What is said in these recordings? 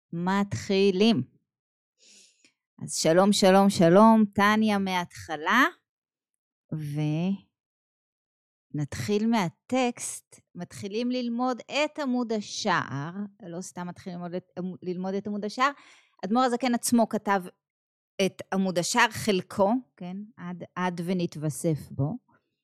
מתחילים. אז שלום, שלום, שלום, טניה מההתחלה, ונתחיל מהטקסט. מתחילים ללמוד את עמוד השער, לא סתם מתחילים ללמוד את עמוד השער, אדמו"ר הזקן עצמו כתב את עמוד השער, חלקו, כן, עד ונתווסף בו,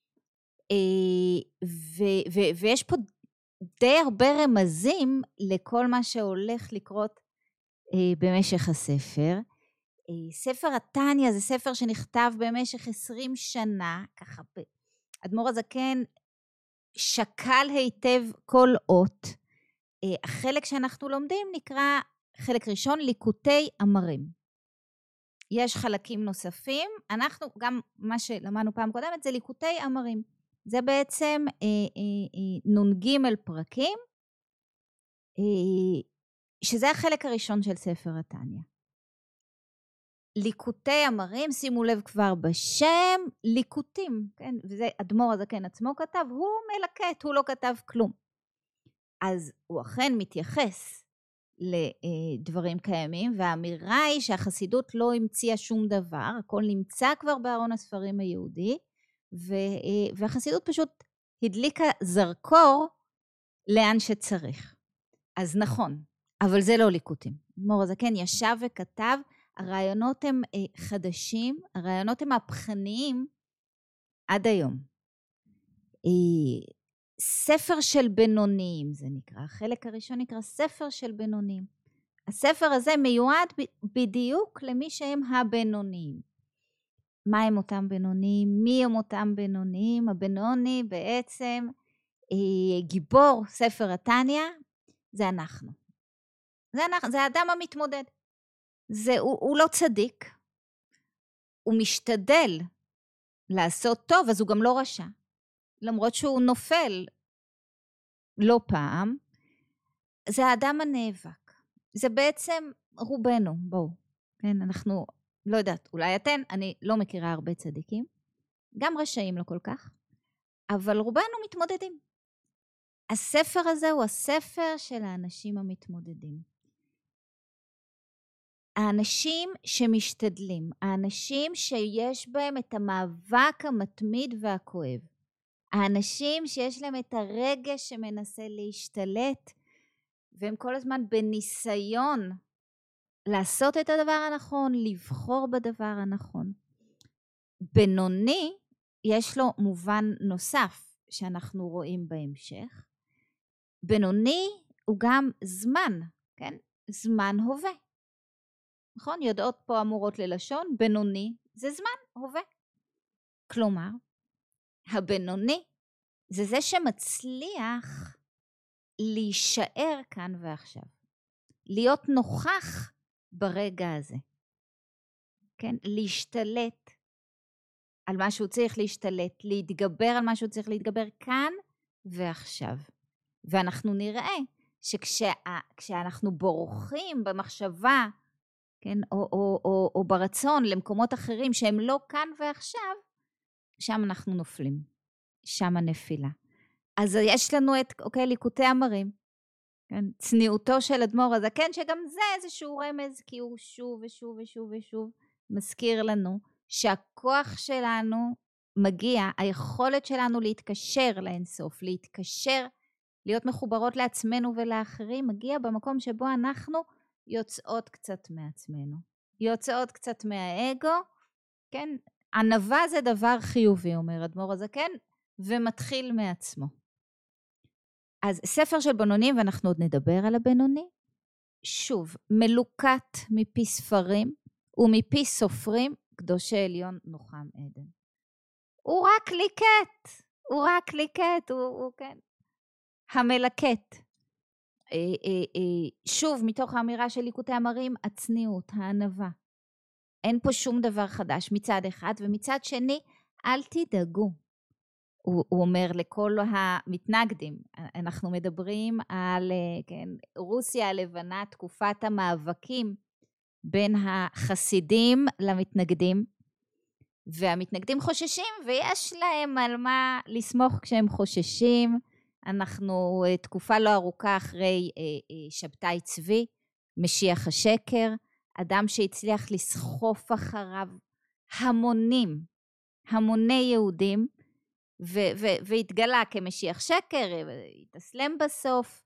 ויש פה די הרבה רמזים לכל מה שהולך לקרות במשך הספר. ספר התניא זה ספר שנכתב במשך 20 שנה, ככה אדמו"ר הזקן שקל היטב כל אות. החלק שאנחנו לומדים נקרא חלק ראשון ליקוטי אמרים. יש חלקים נוספים, אנחנו גם מה שלמדנו פעם קודמת זה ליקוטי אמרים. זה בעצם נ"ג פרקים, שזה החלק הראשון של ספר התניא. ליקוטי אמרים, שימו לב כבר בשם, ליקוטים, כן? וזה אדמו"ר הזקן עצמו כתב, הוא מלקט, הוא לא כתב כלום. אז הוא אכן מתייחס לדברים קיימים, והאמירה היא שהחסידות לא המציאה שום דבר, הכל נמצא כבר בארון הספרים היהודי, והחסידות פשוט הדליקה זרקור לאן שצריך. אז נכון, אבל זה לא ליקוטים. אדמו"ר הזקן ישב וכתב, הרעיונות הם חדשים, הרעיונות הם מהפכניים עד היום. ספר של בינוניים זה נקרא, החלק הראשון נקרא ספר של בינוניים. הספר הזה מיועד בדיוק למי שהם הבינוניים. מה הם אותם בינוניים? מי הם אותם בינוניים? הבינוני בעצם גיבור ספר התניא, זה אנחנו. זה האדם המתמודד. הוא לא צדיק, הוא משתדל לעשות טוב, אז הוא גם לא רשע. למרות שהוא נופל לא פעם, זה האדם הנאבק. זה בעצם רובנו, בואו. כן, אנחנו, לא יודעת, אולי אתן, אני לא מכירה הרבה צדיקים, גם רשעים לא כל כך, אבל רובנו מתמודדים. הספר הזה הוא הספר של האנשים המתמודדים. האנשים שמשתדלים, האנשים שיש בהם את המאבק המתמיד והכואב, האנשים שיש להם את הרגש שמנסה להשתלט, והם כל הזמן בניסיון לעשות את הדבר הנכון, לבחור בדבר הנכון. בינוני, יש לו מובן נוסף שאנחנו רואים בהמשך. בינוני הוא גם זמן, כן? זמן הווה. נכון? יודעות פה אמורות ללשון, בינוני זה זמן הווה. כלומר, הבינוני זה זה שמצליח להישאר כאן ועכשיו. להיות נוכח ברגע הזה. כן? להשתלט על מה שהוא צריך להשתלט, להתגבר על מה שהוא צריך להתגבר כאן ועכשיו. ואנחנו נראה שכשאנחנו בורחים במחשבה, כן, או ברצון למקומות אחרים שהם לא כאן ועכשיו, שם אנחנו נופלים, שם הנפילה. אז יש לנו את, ליקוטי אמרים, כן, צניעותו של אדמו"ר הזקן, שגם זה איזשהו רמז, כי הוא שוב ושוב ושוב ושוב מזכיר לנו, שהכוח שלנו מגיע, היכולת שלנו להתקשר לאינסוף, להתקשר, להיות מחוברות לעצמנו ולאחרים, מגיע במקום שבו אנחנו יוצאות קצת מעצמנו, יוצאות קצת מהאגו, כן? ענווה זה דבר חיובי, אומר אדמו"ר הזקן, ומתחיל מעצמו. אז ספר של בינונים, ואנחנו עוד נדבר על הבינוני, שוב, מלוקט מפי ספרים ומפי סופרים, קדושי עליון נוחם עדן. הוא רק ליקט, הוא כן, המלקט. שוב, מתוך האמירה של ליקוטי אמרים, הצניעות, הענווה. אין פה שום דבר חדש מצד אחד, ומצד שני, אל תדאגו. הוא אומר לכל המתנגדים, אנחנו מדברים על כן, רוסיה הלבנה, תקופת המאבקים בין החסידים למתנגדים, והמתנגדים חוששים, ויש להם על מה לסמוך כשהם חוששים. אנחנו תקופה לא ארוכה אחרי שבתאי צבי, משיח השקר, אדם שהצליח לסחוף אחריו המוני יהודים, והתגלה כמשיח שקר, התאסלם בסוף,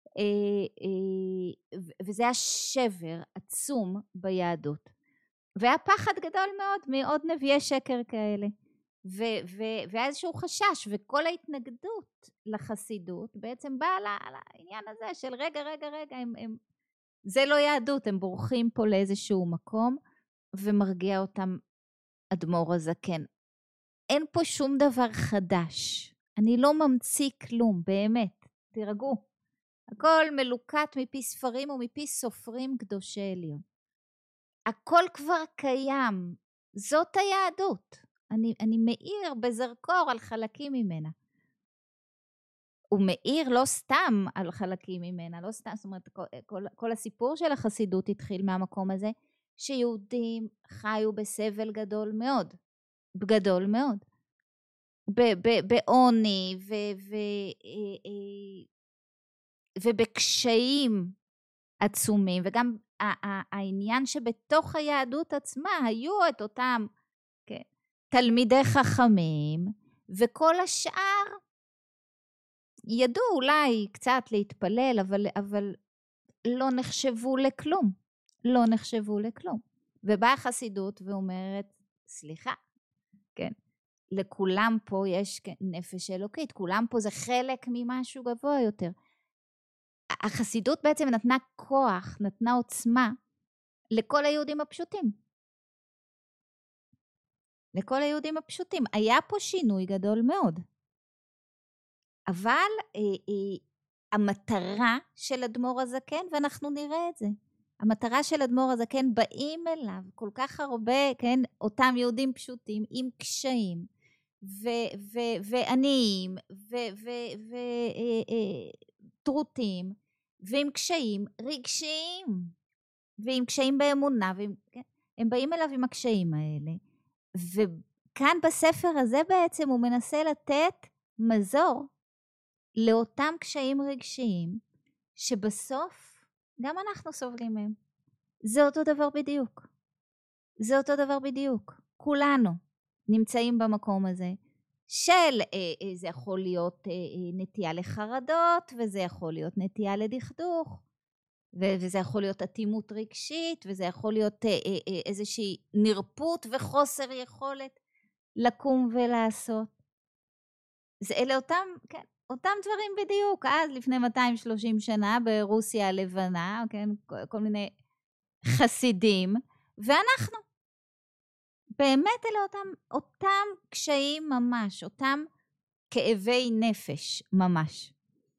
וזה היה שבר עצום ביהדות. והיה פחד גדול מאוד מעוד נביאי שקר כאלה. והיה איזשהו חשש, וכל ההתנגדות לחסידות בעצם באה על העניין הזה של רגע, זה לא יהדות, הם בורחים פה לאיזשהו מקום, ומרגיע אותם אדמו"ר הזקן. אין פה שום דבר חדש, אני לא ממציא כלום, באמת, תירגעו. הכל מלוקט מפי ספרים ומפי סופרים קדושי עליון. הכל כבר קיים, זאת היהדות. אני מאיר בזרקור על חלקים ממנה. הוא מאיר לא סתם על חלקים ממנה, לא סתם, זאת אומרת, כל הסיפור של החסידות התחיל מהמקום הזה, שיהודים חיו בסבל גדול מאוד, בעוני ובקשיים עצומים, וגם העניין שבתוך היהדות עצמה היו את אותם תלמידי חכמים, וכל השאר ידעו אולי קצת להתפלל, אבל לא נחשבו לכלום. ובאה החסידות ואומרת, סליחה, כן, לכולם פה יש נפש אלוקית, כולם פה זה חלק ממשהו גבוה יותר. החסידות בעצם נתנה כוח, נתנה עוצמה לכל היהודים הפשוטים. היה פה שינוי גדול מאוד. אבל המטרה של אדמו"ר הזקן, ואנחנו נראה את זה, המטרה של אדמו"ר הזקן, באים אליו כל כך הרבה, כן, אותם יהודים פשוטים עם קשיים ועניים וטרוטים, ועם קשיים רגשיים, ועם קשיים באמונה, כן? הם באים אליו עם הקשיים האלה, וכאן בספר הזה בעצם הוא מנסה לתת מזור לאותם קשיים רגשיים, שבסוף גם אנחנו סובלים מהם. זה אותו דבר בדיוק. כולנו נמצאים במקום הזה, של זה יכול להיות נטייה לחרדות, וזה יכול להיות נטייה לדכדוך, וזה יכול להיות אטימות רגשית, וזה יכול להיות איזושהי נרפות וחוסר יכולת לקום ולעשות. אלה אותם דברים בדיוק, אז לפני 230 שנה ברוסיה הלבנה, כן, כל מיני חסידים, ואנחנו באמת אלה אותם קשיים ממש, אותם כאבי נפש ממש.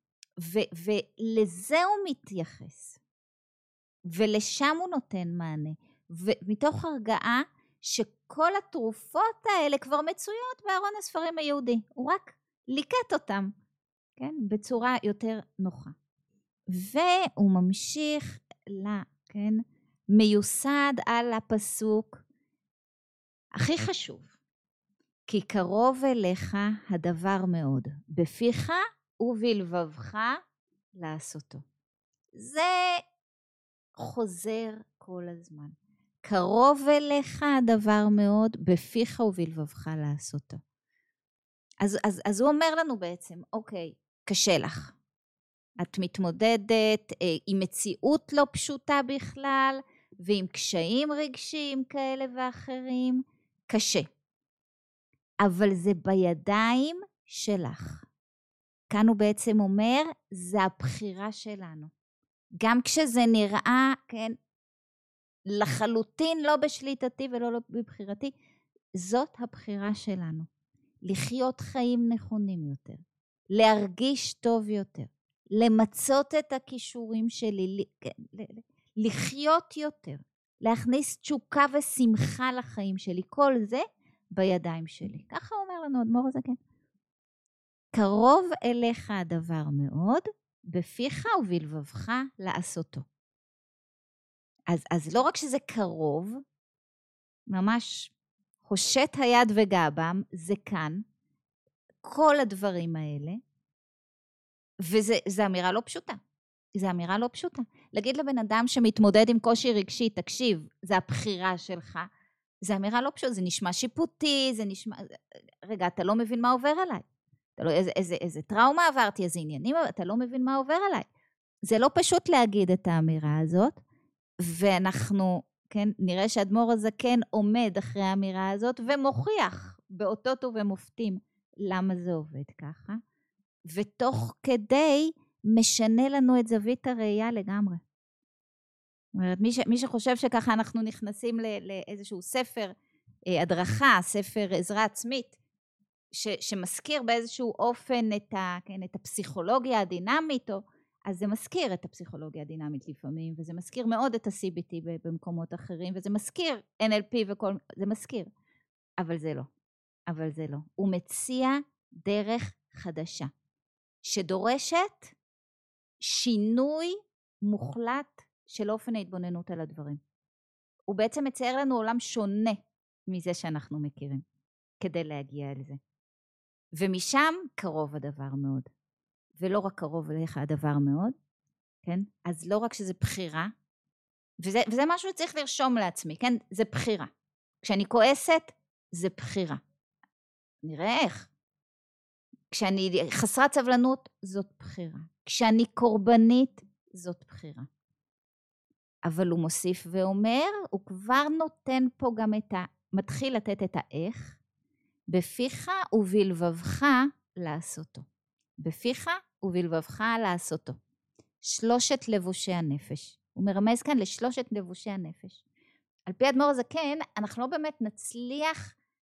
ולזה הוא מתייחס, ולשם הוא נותן מענה, ומתוך הרגעה שכל התרופות האלה כבר מצויות בארון הספרים היהודי, הוא רק ליקט אותם, כן, בצורה יותר נוחה. והוא ממשיך כן, מיוסד על הפסוק הכי חשוב, כי קרוב אליך הדבר מאוד, בפיך ובלבבך לעשותו. זה חוזר כל הזמן. קרוב אליך הדבר מאוד, בפיך ובלבבך לעשותו. אז הוא אומר לנו בעצם, אוקיי, קשה לך. את מתמודדת עם מציאות לא פשוטה בכלל, ועם קשיים רגשיים כאלה ואחרים, קשה. אבל זה בידיים שלך. כאן הוא בעצם אומר, זה הבחירה שלנו. גם כשזה נראה, כן, לחלוטין לא בשליטתי ולא בבחירתי, זאת הבחירה שלנו. לחיות חיים נכונים יותר, להרגיש טוב יותר, למצות את הכישורים שלי, לחיות יותר, להכניס תשוקה ושמחה לחיים שלי, כל זה בידיים שלי. ככה אומר לנו אדמו"ר הזקן. קרוב אליך הדבר מאוד, בפיך ובלבבך לעשותו. אז לא רק שזה קרוב, ממש הושט היד וגע בם, זה כאן, כל הדברים האלה, וזו אמירה לא פשוטה. זו אמירה לא פשוטה. להגיד לבן אדם שמתמודד עם קושי רגשי, תקשיב, זה הבחירה שלך, זו אמירה לא פשוטה, זה נשמע שיפוטי, זה נשמע, רגע, אתה לא מבין מה עובר עליי. אתה לא, איזה טראומה עברתי, איזה עניינים, אתה לא מבין מה עובר עליי. זה לא פשוט להגיד את האמירה הזאת, ואנחנו, כן, נראה שהאדמו"ר הזקן עומד אחרי האמירה הזאת, ומוכיח באותות ובמופתים למה זה עובד ככה, ותוך כדי משנה לנו את זווית הראייה לגמרי. זאת אומרת, מי שחושב שככה אנחנו נכנסים לאיזשהו ספר הדרכה, ספר עזרה עצמית, שמזכיר באיזשהו אופן את הפסיכולוגיה הדינמית, אז זה מזכיר את הפסיכולוגיה הדינמית לפעמים, וזה מזכיר מאוד את ה-CBT במקומות אחרים, וזה מזכיר NLP וכל, זה מזכיר. אבל זה לא. אבל זה לא. הוא מציע דרך חדשה, שדורשת שינוי מוחלט של אופן ההתבוננות על הדברים. הוא בעצם מצייר לנו עולם שונה מזה שאנחנו מכירים, כדי להגיע אל זה. ומשם קרוב הדבר מאוד. ולא רק קרוב אליך הדבר מאוד, כן? אז לא רק שזה בחירה, וזה משהו שצריך לרשום לעצמי, כן? זה בחירה. כשאני כועסת, זה בחירה. נראה איך. כשאני חסרת סבלנות, זאת בחירה. כשאני קורבנית, זאת בחירה. אבל הוא מוסיף ואומר, הוא כבר נותן פה גם מתחיל לתת את האיך, בפיך ובלבבך לעשותו. בפיך ובלבבך לעשותו. 3 לבושי הנפש. הוא מרמז כאן ל3 לבושי הנפש. על פי האדמו"ר הזקן, אנחנו לא באמת נצליח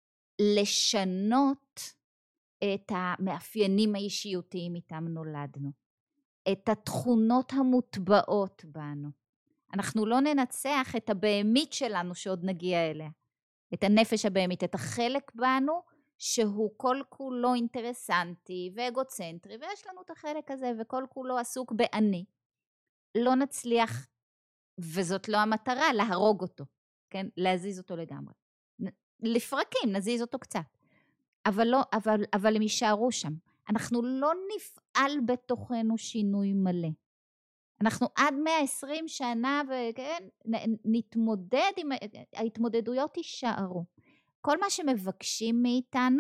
לשנות את המאפיינים האישיותיים איתם נולדנו. את התכונות המוטבעות בנו. אנחנו לא ננצח את הבהמית שלנו שעוד נגיע אליה. את הנפש הבהמית, את החלק בנו שהוא כל כולו אינטרסנטי ואגוצנטרי, ויש לנו את החלק הזה וכל כולו עסוק באני. לא נצליח, וזאת לא המטרה, להרוג אותו, כן? להזיז אותו לגמרי. לפרקים, נזיז אותו קצת. אבל הם יישארו שם. אנחנו לא נפעל בתוכנו שינוי מלא. אנחנו עד 120 שנה נתמודד עם ההתמודדויות יישארו. כל מה שמבקשים מאיתנו,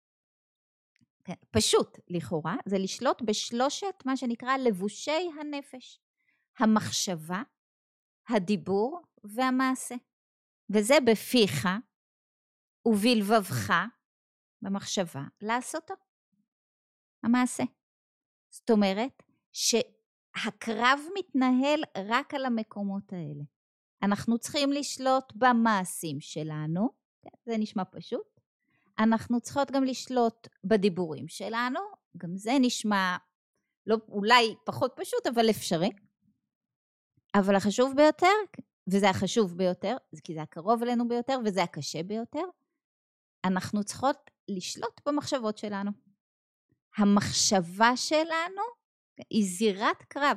פשוט לכאורה, זה לשלוט ב3 מה שנקרא לבושי הנפש. המחשבה, הדיבור והמעשה. וזה בפיך ובלבבך, במחשבה, לעשותו. המעשה. זאת אומרת, שהקרב מתנהל רק על המקומות האלה. אנחנו צריכים לשלוט במעשים שלנו, זה נשמע פשוט. אנחנו צריכות גם לשלוט בדיבורים שלנו, גם זה נשמע לא, אולי פחות פשוט, אבל אפשרי. אבל החשוב ביותר, וזה החשוב ביותר, כי זה הקרוב אלינו ביותר, וזה הקשה ביותר, אנחנו צריכות לשלוט במחשבות שלנו. המחשבה שלנו היא זירת קרב,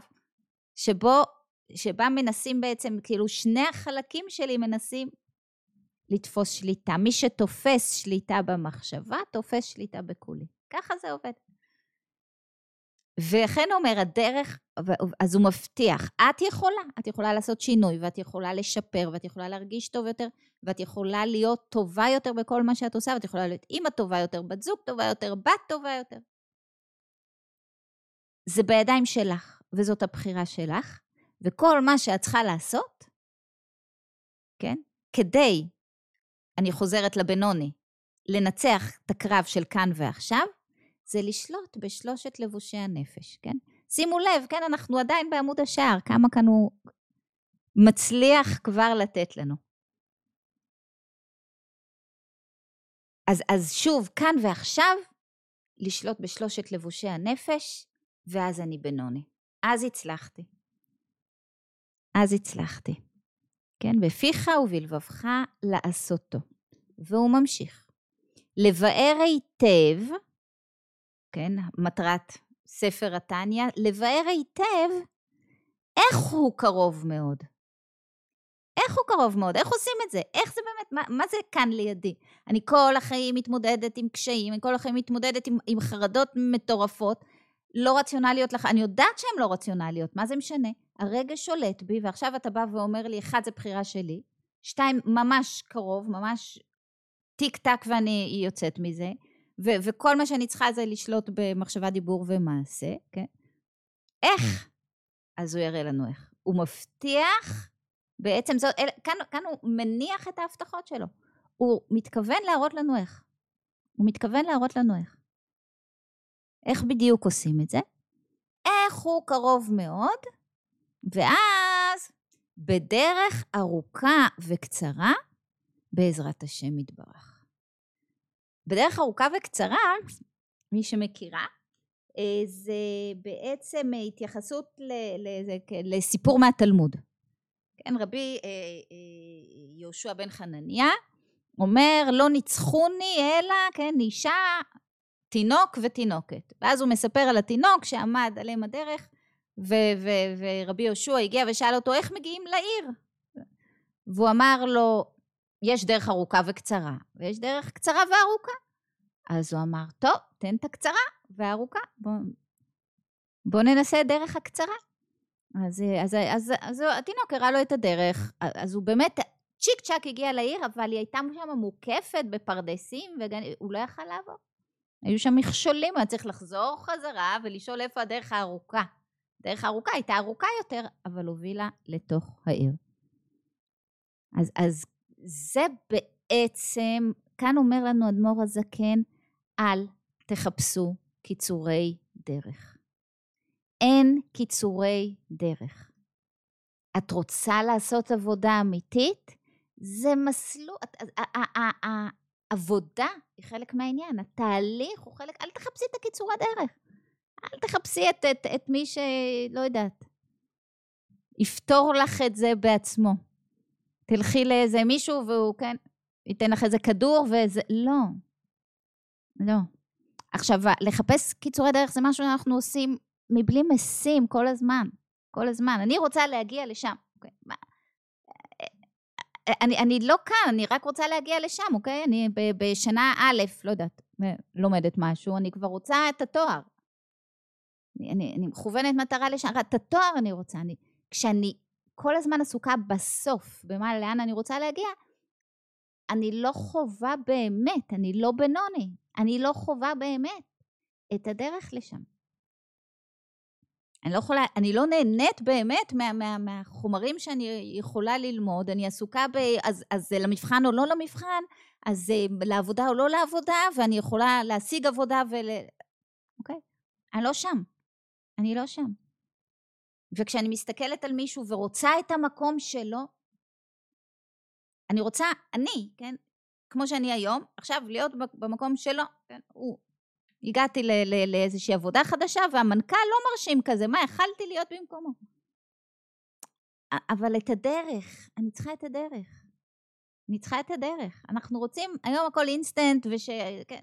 שבה מנסים בעצם, כאילו 2 החלקים שלי מנסים לתפוס שליטה. מי שתופס שליטה במחשבה, תופס שליטה בכולי. ככה זה עובד. וכן אומר הדרך, אז הוא מבטיח, את יכולה לעשות שינוי, ואת יכולה לשפר, ואת יכולה להרגיש טוב יותר, ואת יכולה להיות טובה יותר בכל מה שאת עושה, ואת יכולה להיות אמא טובה יותר, בת זוג טובה יותר, בת טובה יותר. זה בידיים שלך, וזאת הבחירה שלך, וכל מה שאת צריכה לעשות, כן? כדי, אני חוזרת לבינוני, לנצח את הקרב של כאן ועכשיו, זה לשלוט ב3 לבושי הנפש, כן? שימו לב, כן, אנחנו עדיין בעמוד השער, כמה כאן הוא מצליח כבר לתת לנו. אז שוב, כאן ועכשיו, לשלוט ב3 לבושי הנפש, ואז אני בינוני. אז הצלחתי. כן, בפיך ובלבבך לעשותו. והוא ממשיך. לבאר היטב, כן, מטרת ספר התניא, לבאר היטב איך הוא קרוב מאוד. איך עושים את זה? איך זה באמת, מה זה כאן לידי? אני כל החיים מתמודדת עם קשיים, אני כל החיים מתמודדת עם חרדות מטורפות, לא רציונליות לך, אני יודעת שהן לא רציונליות, מה זה משנה? הרגש שולט בי, ועכשיו אתה בא ואומר לי, 1 זה בחירה שלי, 2 ממש קרוב, ממש טיק טק ואני יוצאת מזה, וכל מה שאני צריכה זה לשלוט במחשבה, דיבור ומעשה, כן? איך? אז הוא יראה לנו איך. הוא מבטיח, בעצם כאן הוא מניח את ההבטחות שלו. הוא מתכוון להראות לנו איך. הוא מתכוון להראות לנו איך. איך בדיוק עושים את זה? איך הוא קרוב מאוד, ואז בדרך ארוכה וקצרה, בעזרת השם יתברך. בדרך ארוכה וקצרה, מי שמכירה, זה בעצם התייחסות לסיפור מהתלמוד. כן, רבי יהושע בן חנניה אומר, לא ניצחוני אלא, כן, אישה, תינוק ותינוקת. ואז הוא מספר על התינוק שעמד עליהם הדרך, ורבי יהושע הגיע ושאל אותו, איך מגיעים לעיר? והוא אמר לו, יש דרך ארוכה וקצרה, ויש דרך קצרה וארוכה. אז הוא אמר, טוב, תן את הקצרה והארוכה, בוא ננסה את דרך הקצרה. אז התינוק הראה לו את הדרך, אז הוא באמת צ'יק צ'ק הגיע לעיר, אבל היא הייתה שם מוקפת בפרדסים, והוא לא יכל לעבור. היו שם מכשולים, הוא היה צריך לחזור חזרה ולשאול איפה הדרך הארוכה. הדרך הארוכה הייתה ארוכה יותר, אבל הובילה לתוך העיר. אז זה בעצם, כאן אומר לנו אדמו"ר הזקן, אל תחפשו קיצורי דרך. אין קיצורי דרך. את רוצה לעשות עבודה אמיתית? זה מסלול, העבודה היא חלק מהעניין, התהליך הוא חלק, אל תחפשי את הקיצורי דרך. אל תחפשי את מי שלא יודעת, יפתור לך את זה בעצמו. תלכי לאיזה מישהו והוא כן, ייתן לך איזה כדור וזה, לא. לא. עכשיו, לחפש קיצורי דרך זה משהו שאנחנו עושים מבלי משים כל הזמן. כל הזמן. אני רוצה להגיע לשם. אוקיי? אני לא כאן, אני רק רוצה להגיע לשם, אוקיי? אני בשנה א', לא יודעת, לומדת משהו, אני כבר רוצה את התואר. אני מכוונת מטרה לשם, את התואר אני רוצה. כשאני כל הזמן עסוקה בסוף, לאן אני רוצה להגיע, אני לא חובה באמת, אני לא בנוני, אני לא חובה באמת את הדרך לשם. אני לא נהנית באמת מהחומרים שאני יכולה ללמוד, אני עסוקה אז זה למבחן או לא למבחן, אז זה לעבודה או לא לעבודה, ואני יכולה להשיג עבודה אוקיי? אני לא שם. אני לא שם. וכשאני מסתכלת על מישהו ורוצה את המקום שלו, אני רוצה, כן, כמו שאני היום, עכשיו להיות במקום שלו, כן, הגעתי לאיזושהי עבודה חדשה, והמנכ"ל לא מרשים כזה, מה, יכלתי להיות במקומו. אבל את הדרך, אני צריכה את הדרך. אני צריכה את הדרך. אנחנו רוצים, היום הכל אינסטנט, כן,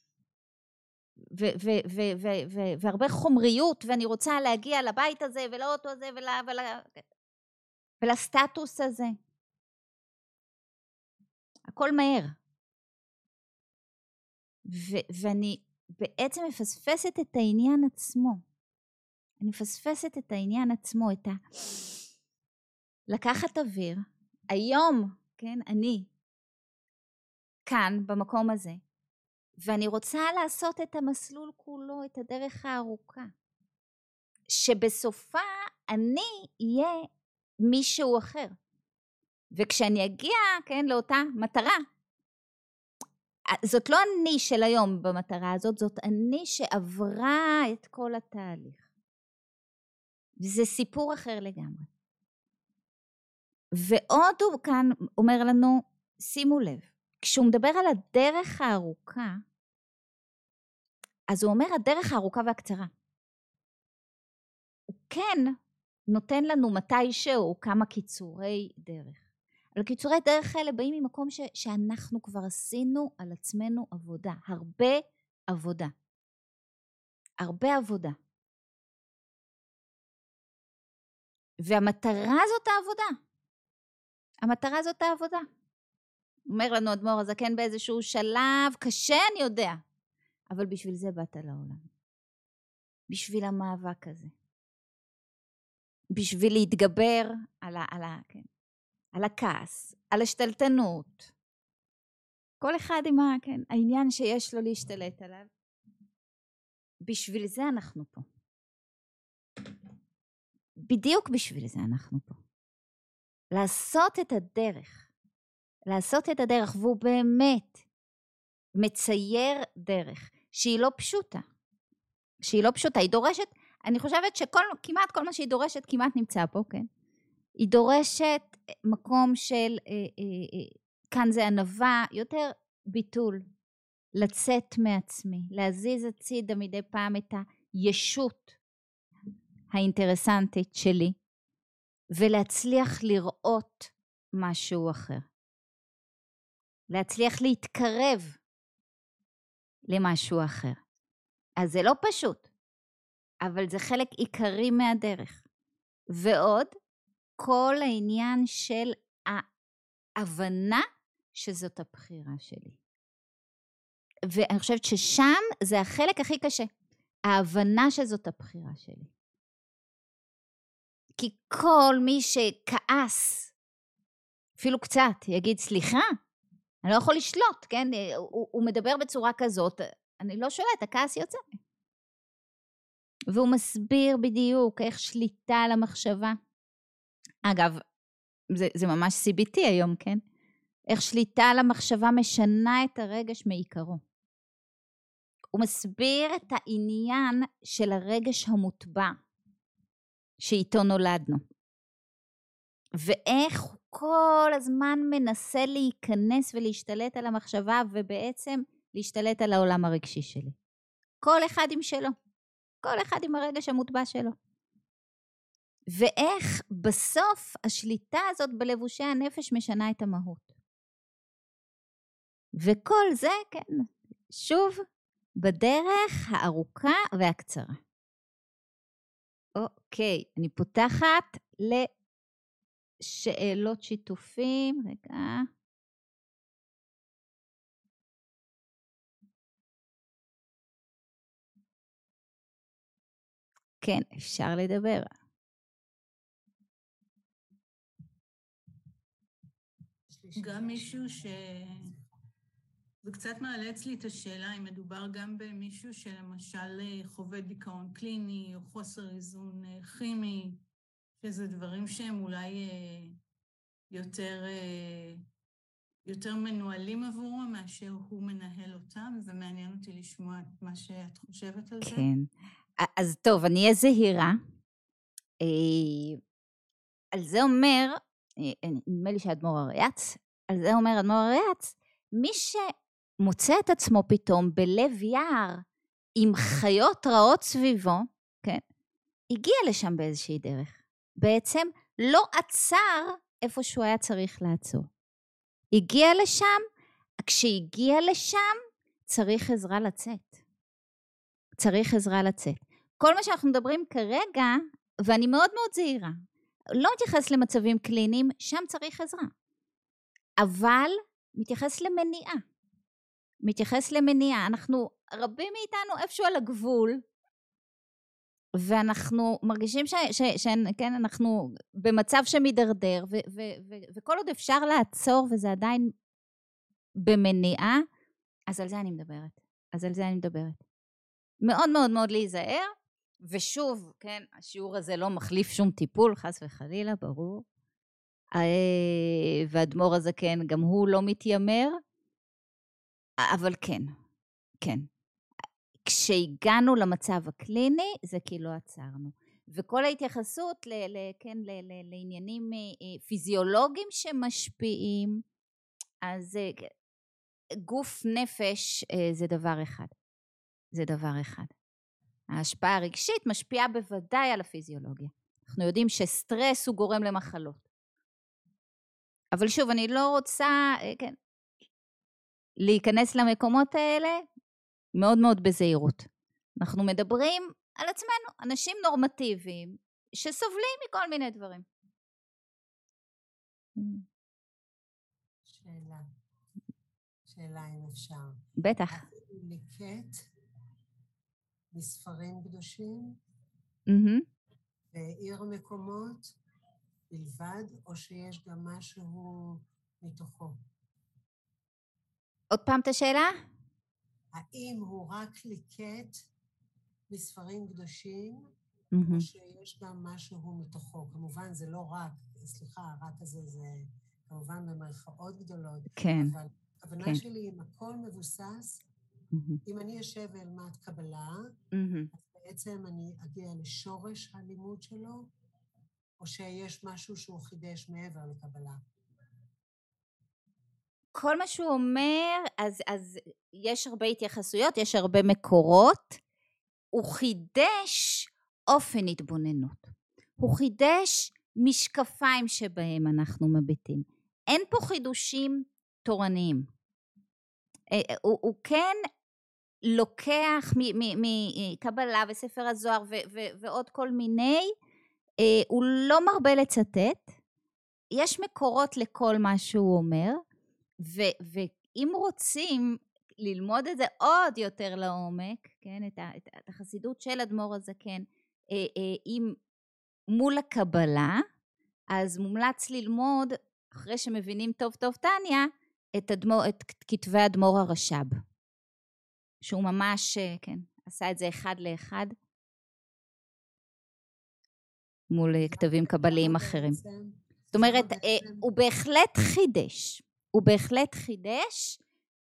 והרבה חומריות, ואני רוצה להגיע לבית הזה, ולאוטו הזה, ולסטטוס הזה. הכל מהר. ואני בעצם מפספסת את העניין עצמו. אני מפספסת את העניין עצמו, לקחת אוויר. היום, כן, אני כאן במקום הזה, ואני רוצה לעשות את המסלול כולו, את הדרך הארוכה, שבסופה אני אהיה מישהו אחר. וכשאני אגיע, כן, לאותה מטרה, זאת לא אני של היום במטרה הזאת, זאת אני שעברה את כל התהליך. וזה סיפור אחר לגמרי. ועוד הוא כאן אומר לנו, שימו לב, כשהוא מדבר על הדרך הארוכה, אז הוא אומר הדרך הארוכה והקצרה. הוא כן נותן לנו מתישהו כמה קיצורי דרך. אבל קיצורי דרך האלה באים ממקום שאנחנו כבר עשינו על עצמנו עבודה. הרבה עבודה. הרבה עבודה. והמטרה זאת העבודה. המטרה זאת העבודה. אומר לנו אדמו"ר הזקן באיזשהו שלב, קשה אני יודע, אבל בשביל זה באת לעולם. בשביל המאבק הזה. בשביל להתגבר על הכעס, על השתלטנות. כל אחד עם העניין שיש לו להשתלט עליו. בשביל זה אנחנו פה. בדיוק בשביל זה אנחנו פה. לעשות את הדרך. לעשות את הדרך, והוא באמת מצייר דרך שהיא לא פשוטה. שהיא לא פשוטה, היא דורשת, אני חושבת שכמעט כל מה שהיא דורשת כמעט נמצא פה, כן? היא דורשת מקום של, כאן זה ענווה, יותר ביטול, לצאת מעצמי, להזיז הצידה מדי פעם את הישות האינטרסנטית שלי, ולהצליח לראות משהו אחר. להצליח להתקרב למשהו אחר. אז זה לא פשוט, אבל זה חלק עיקרי מהדרך. ועוד, כל העניין של ההבנה שזאת הבחירה שלי. ואני חושבת ששם זה החלק הכי קשה. ההבנה שזאת הבחירה שלי. כי כל מי שכעס, אפילו קצת, יגיד, סליחה, אני לא יכול לשלוט, כן? הוא מדבר בצורה כזאת, אני לא שולט, הכעס יוצא. והוא מסביר בדיוק איך שליטה על המחשבה. אגב, זה ממש CBT היום, כן? איך שליטה על המחשבה משנה את הרגש מעיקרו. הוא מסביר את העניין של הרגש המוטבע, שאיתו נולדנו. ואיך הוא כל הזמן מנסה להיכנס ולהשתלט על המחשבה, ובעצם להשתלט על העולם הרגשי שלי. כל אחד עם שלו. כל אחד עם הרגש המוטבע שלו. ואיך בסוף השליטה הזאת בלבושי הנפש משנה את המהות. וכל זה, כן, שוב, בדרך הארוכה והקצרה. אוקיי, אני פותחת לשאלות שיתופים. רגע. כן, אפשר לדבר. גם מישהו זה קצת מאלץ לי את השאלה אם מדובר גם במישהו שלמשל חווה דיכאון קליני או חוסר איזון כימי, שזה דברים שהם אולי יותר מנוהלים עבורו מאשר הוא מנהל אותם, ומעניין אותי לשמוע את מה שאת חושבת על זה. כן. אז טוב, אני אהיה זהירה. על זה אומר, נדמה לי שאדמו"ר אריאץ, על זה אומר אדמו"ר אריאץ, מי שמוצא את עצמו פתאום בלב יער, עם חיות רעות סביבו, כן, הגיע לשם באיזושהי דרך. בעצם לא עצר איפה שהוא היה צריך לעצור. הגיע לשם, כשהגיע לשם, צריך עזרה לצאת. צריך עזרה לצאת. כל מה שאנחנו מדברים כרגע, ואני מאוד מאוד זהירה, לא מתייחס למצבים קליניים, שם צריך עזרה. אבל מתייחס למניעה. מתייחס למניעה. אנחנו, רבים מאיתנו איפשהו על הגבול, ואנחנו מרגישים כן, אנחנו במצב שמדרדר, וכל עוד אפשר לעצור, וזה עדיין במניעה, אז על זה אני מדברת. אז על זה אני מדברת. מאוד מאוד מאוד להיזהר, ושוב, כן, השיעור הזה לא מחליף שום טיפול, חס וחלילה, ברור. והאדמו"ר הזה, כן, גם הוא לא מתיימר, אבל כן, כן. כשהגענו למצב הקליני, זה כאילו עצרנו. וכל ההתייחסות לעניינים פיזיולוגיים שמשפיעים, אז גוף נפש זה דבר אחד. זה דבר אחד. ההשפעה הרגשית משפיעה בוודאי על הפיזיולוגיה. אנחנו יודעים שסטרס הוא גורם למחלות. אבל שוב, אני לא רוצה, כן, להיכנס למקומות האלה מאוד מאוד בזהירות. אנחנו מדברים על עצמנו, אנשים נורמטיביים שסובלים מכל מיני דברים. שאלה אם אפשר. בטח. לקט, מספרים קדושים, ועיר מקומות בלבד, או שיש גם משהו מתוכו? עוד פעם את השאלה? האם הוא רק ליקט מספרים קדושים, או שיש גם משהו מתוכו? כמובן זה לא רק, סליחה, רק הזה זה כמובן במרכאות גדולות, כן. אבל הכוונה שלי, אם הכל מבוסס, אם אני יושב ואלמד קבלה, אז בעצם אני אגיע לשורש הלימוד שלו, או שיש משהו שהוא חידש מעבר לקבלה? כל מה שהוא אומר, אז יש הרבה התייחסויות, יש הרבה מקורות. הוא חידש אופן התבוננות. הוא חידש משקפיים שבהם אנחנו מביטים. אין פה חידושים תורניים. הוא כן לוקח מקבלה וספר הזוהר ועוד כל מיני, הוא לא מרבה לצטט. יש מקורות לכל מה שהוא אומר, ואם רוצים ללמוד את זה עוד יותר לעומק, כן, את החסידות של אדמו"ר הזקן, מול הקבלה, אז מומלץ ללמוד, אחרי שמבינים טוב טוב טניה, את כתבי אדמו"ר הרש"ב, שהוא ממש, כן, עשה את זה אחד לאחד, מול כתבים קבליים אחרים. זאת אומרת, הוא בהחלט חידש. הוא בהחלט חידש,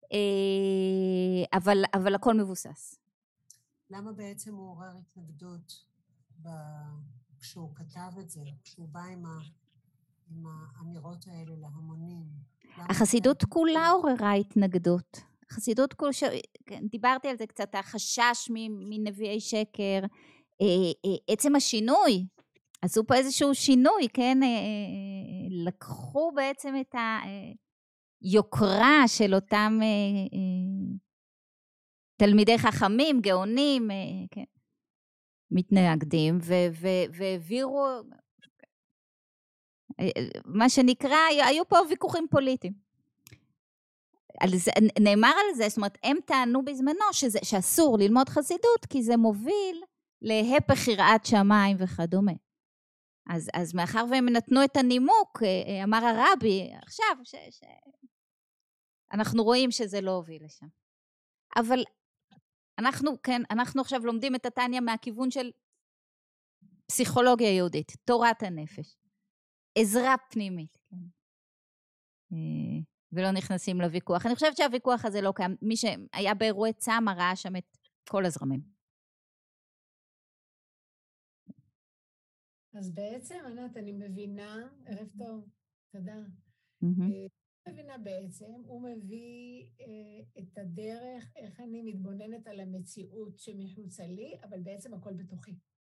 אבל הכל מבוסס. למה בעצם הוא עורר התנגדות כשהוא כתב את זה, כשהוא בא עם האמירות האלה להמונים? החסידות כולה עוררה התנגדות. החסידות כולה, דיברתי על זה קצת, החשש מנביאי שקר, עצם השינוי, עשו פה איזשהו שינוי, כן? לקחו בעצם את היוקרה של אותם תלמידי חכמים, גאונים, כן, מתנגדים, והעבירו, מה שנקרא, היו פה ויכוחים פוליטיים. נאמר על זה, זאת אומרת, הם טענו בזמנו שאסור ללמוד חסידות, כי זה מוביל להפך יראת שמיים וכדומה. אז מאחר והם נתנו את הנימוק, אמר הרבי, עכשיו אנחנו רואים שזה לא הוביל לשם. אבל אנחנו עכשיו לומדים את התניה מהכיוון של פסיכולוגיה יהודית, תורת הנפש, עזרה פנימית, כן. ולא נכנסים לוויכוח. אני חושבת שהוויכוח הזה לא קיים. מי שהיה באירועי צמא ראה שם את כל הזרמים. אז בעצם, ענת, אני מבינה, ערב טוב, תודה. אני מבינה בעצם, הוא מביא את הדרך, איך אני מתבוננת על המציאות שמחוצה לי, אבל בעצם הכל בתוכי.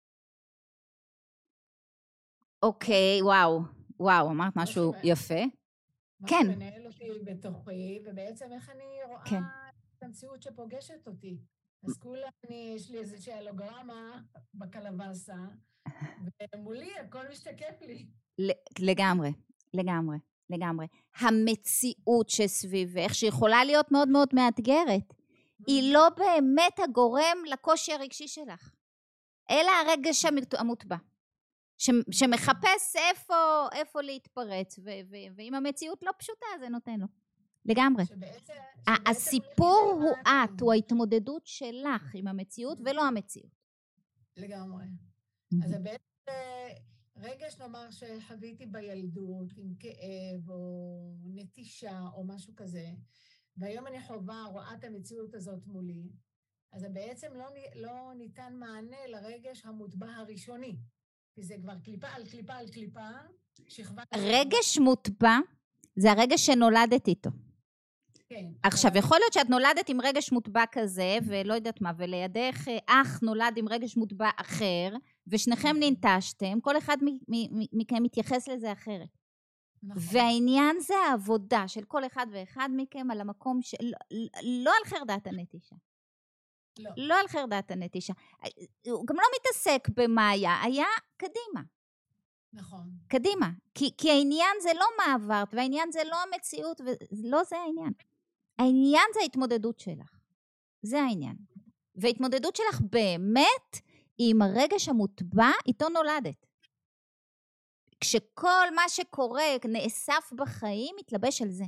אוקיי, וואו, אמרת משהו יפה. כן. משהו מנהל אותי בתוכי, ובעצם איך אני רואה את המציאות שפוגשת אותי. אז כולה יש לי איזושהי הולוגרמה בקלווסה, ומולי הכל משתקף לי. לגמרי. המציאות שסביבך, שיכולה להיות מאוד מאוד מאתגרת, היא לא באמת הגורם לקושי הרגשי שלך, אלא הרגש המוטבע, שמחפש איפה להתפרץ, ואם המציאות לא פשוטה, זה נותן לו. לגמרי. הסיפור הוא הוא ההתמודדות שלך עם המציאות, ולא המציאות. לגמרי. אז בעצם רגש נאמר שחוויתי בילדות עם כאב או נטישה או משהו כזה, והיום אני רואה את המציאות הזאת מולי, אז בעצם לא ניתן מענה לרגש המוטבע הראשוני, כי זה כבר קליפה על קליפה על קליפה, שכבה... רגש מוטבע זה הרגש שנולדת איתו. כן. עכשיו, יכול להיות שאת נולדת עם רגש מוטבע כזה, ולא יודעת מה, ולידך אח נולד עם רגש מוטבע אחר, ושניכם ננטשתם, כל אחד מכם מתייחס לזה אחרת. נכון. והעניין זה העבודה של כל אחד ואחד מכם על המקום לא על חרדת הנטישה. לא על חרדת הנטישה. הוא גם לא מתעסק במה היה קדימה. נכון. קדימה. כי העניין זה לא מעבר, והעניין זה לא המציאות, ולא זה העניין. העניין זה ההתמודדות שלך. זה העניין. וההתמודדות שלך באמת היא עם הרגש המוטבע, איתו נולדת. כשכל מה שקורה, נאסף בחיים, מתלבש על זה.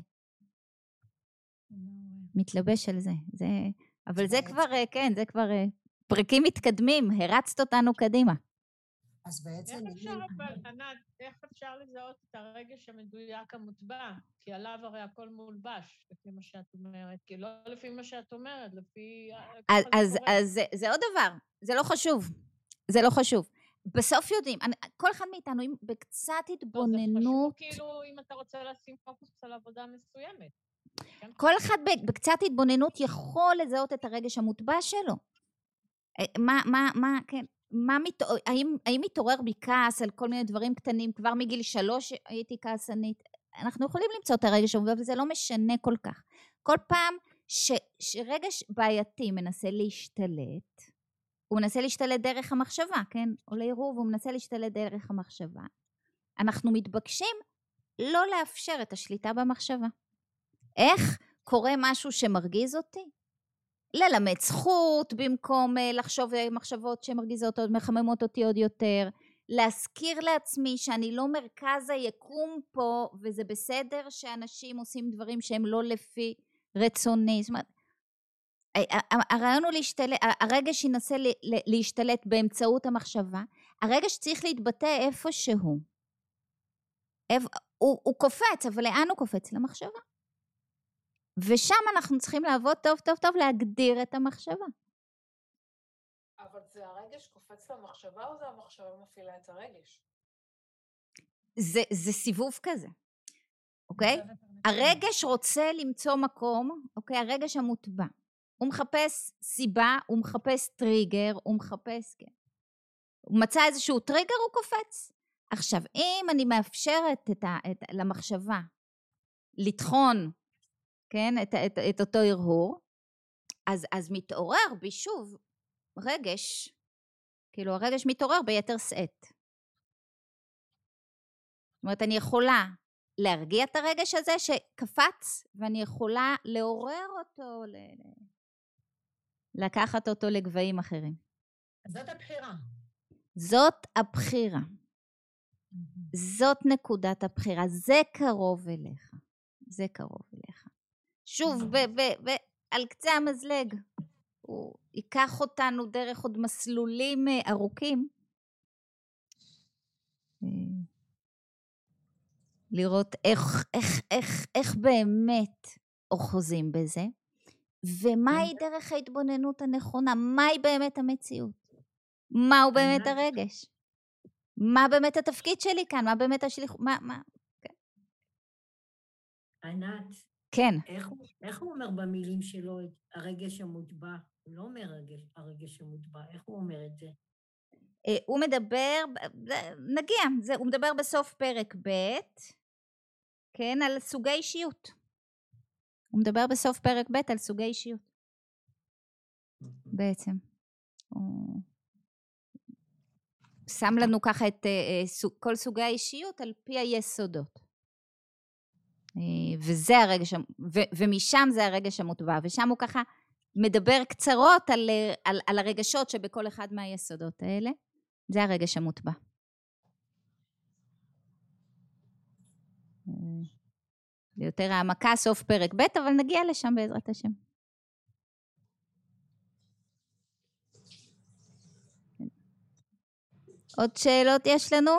מתלבש על זה. אבל זה כבר, כן, זה כבר פרקים מתקדמים, הרצת אותנו קדימה. אז בעצם... איך אפשר לזהות את הרגש המדויק המוטבע? כי עליו הרי הכל מולבש, לפי מה שאת אומרת. כי לא לפי מה שאת אומרת, לפי... אז זה עוד דבר, זה לא חשוב. זה לא חשוב. בסוף יודעים, כל אחד מאיתנו, אם בקצת התבוננות... זה חשוב כאילו אם אתה רוצה לשים פוקוס על עבודה מסוימת. כל אחד בקצת התבוננות יכול לזהות את הרגש המוטבע שלו. כן, האם מתעורר בי כעס על כל מיני דברים קטנים, כבר מגיל 3 הייתי כעסנית, אנחנו יכולים למצוא את הרגש המוטבע, וזה לא משנה כל כך. כל פעם שרגש בעייתי מנסה להשתלט, הוא מנסה להשתלט דרך המחשבה, כן? או לעירוב, הוא מנסה להשתלט דרך המחשבה. אנחנו מתבקשים לא לאפשר את השליטה במחשבה. איך קורה משהו שמרגיז אותי? ללמד זכות במקום לחשוב מחשבות שמרגיזות או מחממות אותי עוד יותר, להזכיר לעצמי שאני לא מרכז היקום פה, וזה בסדר שאנשים עושים דברים שהם לא לפי רצוני. זאת אומרת, הרעיון הוא הרגש ינסה להשתלט באמצעות המחשבה, הרגש צריך להתבטא איפשהו. הוא קופץ, אבל לאן הוא קופץ? למחשבה. ושם אנחנו צריכים לעבוד טוב טוב טוב להגדיר את המחשבה. אבל זה הרגש קופץ למחשבה או זה המחשבה מפעילה את הרגש? זה סיבוב כזה, אוקיי? הרגש רוצה למצוא מקום, אוקיי? הרגש המוטבע. הוא מחפש סיבה, הוא מחפש טריגר, הוא מחפש, כן. הוא מצא איזשהו טריגר, הוא קופץ. עכשיו, אם אני מאפשרת למחשבה לטחון, כן, את אותו הרהור, אז מתעורר בי שוב רגש, כאילו הרגש מתעורר ביתר שאת. זאת אומרת, אני יכולה להרגיע את הרגש הזה שקפץ, ואני יכולה לעורר אותו, לקחת אותו לגבהים אחרים. זאת הבחירה. זאת הבחירה. זאת נקודת הבחירה. זה קרוב אליך. זה קרוב אליך. שוב, על קצה המזלג, הוא ייקח אותנו דרך עוד מסלולים ארוכים, לראות איך באמת אוחזים בזה, ומהי דרך ההתבוננות הנכונה, מהי באמת המציאות, מהו באמת הרגש, מה באמת התפקיד שלי כאן, מה באמת השליחות, מה. ענת. כן. איך הוא אומר במילים שלו את הרגש המוטבע? הוא לא אומר הרגש המוטבע, איך הוא אומר את זה? הוא מדבר, נגיע, הוא מדבר בסוף פרק ב', כן, על סוגי אישיות. הוא מדבר בסוף פרק ב' על סוגי אישיות. בעצם. הוא שם לנו ככה את כל סוגי האישיות על פי היסודות. וזה הרגש, ומשם זה הרגש המוטבע, ושם הוא ככה מדבר קצרות על הרגשות שבכל אחד מהיסודות האלה, זה הרגש המוטבע. זה יותר העמקה, סוף פרק ב', אבל נגיע לשם בעזרת השם. עוד שאלות יש לנו?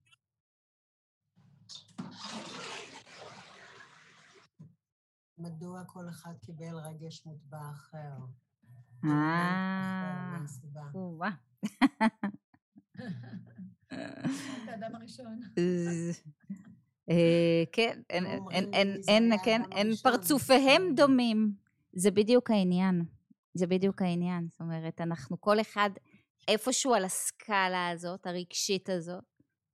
מדוע כל אחד קיבל רגש מוטבע אחר? וואה. את האדם הראשון. כן, אין פרצופיהם דומים. זה בדיוק העניין. זה בדיוק העניין. זאת אומרת, אנחנו כל אחד איפשהו על הסקאלה הזאת, הרגשית הזאת,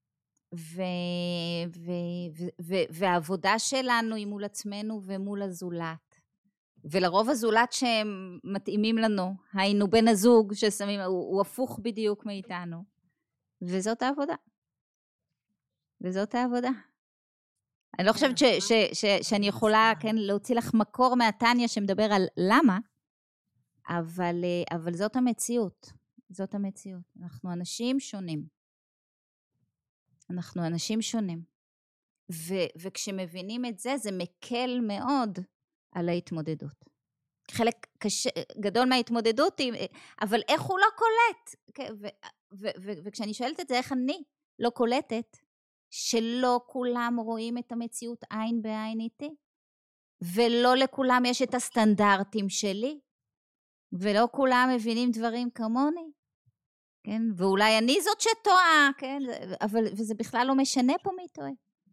והעבודה שלנו היא מול עצמנו ומול הזולת. ולרוב הזולת שהם מתאימים לנו, היינו בן הזוג ששמים, הוא הפוך בדיוק מאיתנו. וזאת העבודה. וזאת העבודה. אני לא חושבת שאני יכולה, כן, להוציא לך מקור מהתניה שמדבר על למה, אבל זאת המציאות. זאת המציאות. אנחנו אנשים שונים. אנחנו אנשים שונים. וכשמבינים את זה, זה מקל מאוד על ההתמודדות. חלק גדול מההתמודדות, אבל איך הוא לא קולט? וכשאני שואלת את זה, איך אני לא קולטת, שלא כולם רואים את המציאות עין בעין איתי, ולא לכולם יש את הסטנדרטים שלי, ולא כולם מבינים דברים כמוני, כן? ואולי אני זאת שטועה, כן? וזה בכלל לא משנה פה מי טועה.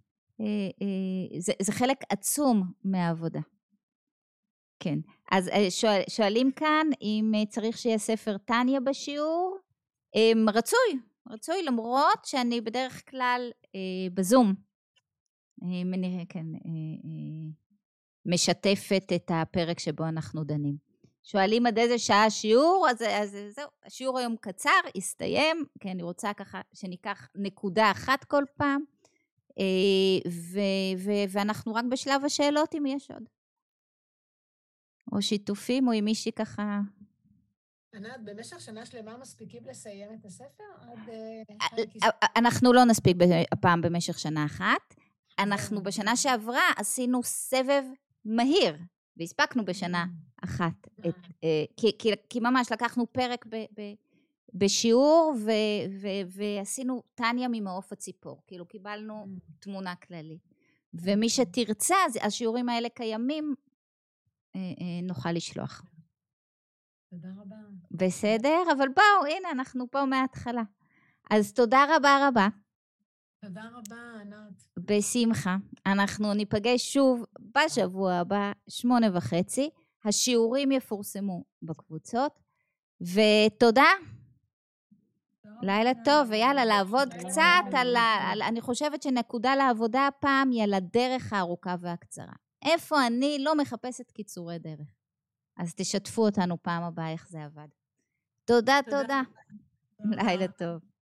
זה חלק עצום מהעבודה. כן, אז שואלים כאן אם צריך שיהיה ספר טניה בשיעור. רצוי, למרות שאני בדרך כלל בזום, כן, משתפת את הפרק שבו אנחנו דנים. שואלים עד איזה שעה השיעור, אז זהו, השיעור היום קצר, הסתיים, כי אני רוצה ככה שניקח נקודה אחת כל פעם, ואנחנו רק בשלב השאלות אם יש עוד. או שיתופים, או עם מישהי ככה... ענת, במשך שנה שלמה מספיקים לסיים את הספר? אנחנו לא נספיק הפעם במשך שנה אחת. אנחנו בשנה שעברה עשינו סבב מהיר, והספקנו בשנה אחת. כי ממש לקחנו פרק בשיעור, ועשינו טניה ממעוף הציפור. כאילו קיבלנו תמונה כללית. ומי שתרצה, השיעורים האלה קיימים, נוכל לשלוח. תודה רבה. בסדר, אבל בואו, הנה, אנחנו פה מההתחלה. אז תודה רבה רבה. תודה רבה, ענת. בשמחה. אנחנו ניפגש שוב בשבוע הבא, 8:30. השיעורים יפורסמו בקבוצות, ותודה. לילה טוב, ויאללה, לעבוד קצת על... אני חושבת שנקודה לעבודה הפעם היא על הדרך הארוכה והקצרה. איפה אני לא מחפשת קיצורי דרך. אז תשתפו אותנו פעם הבאה איך זה עבד. תודה. לילה טוב.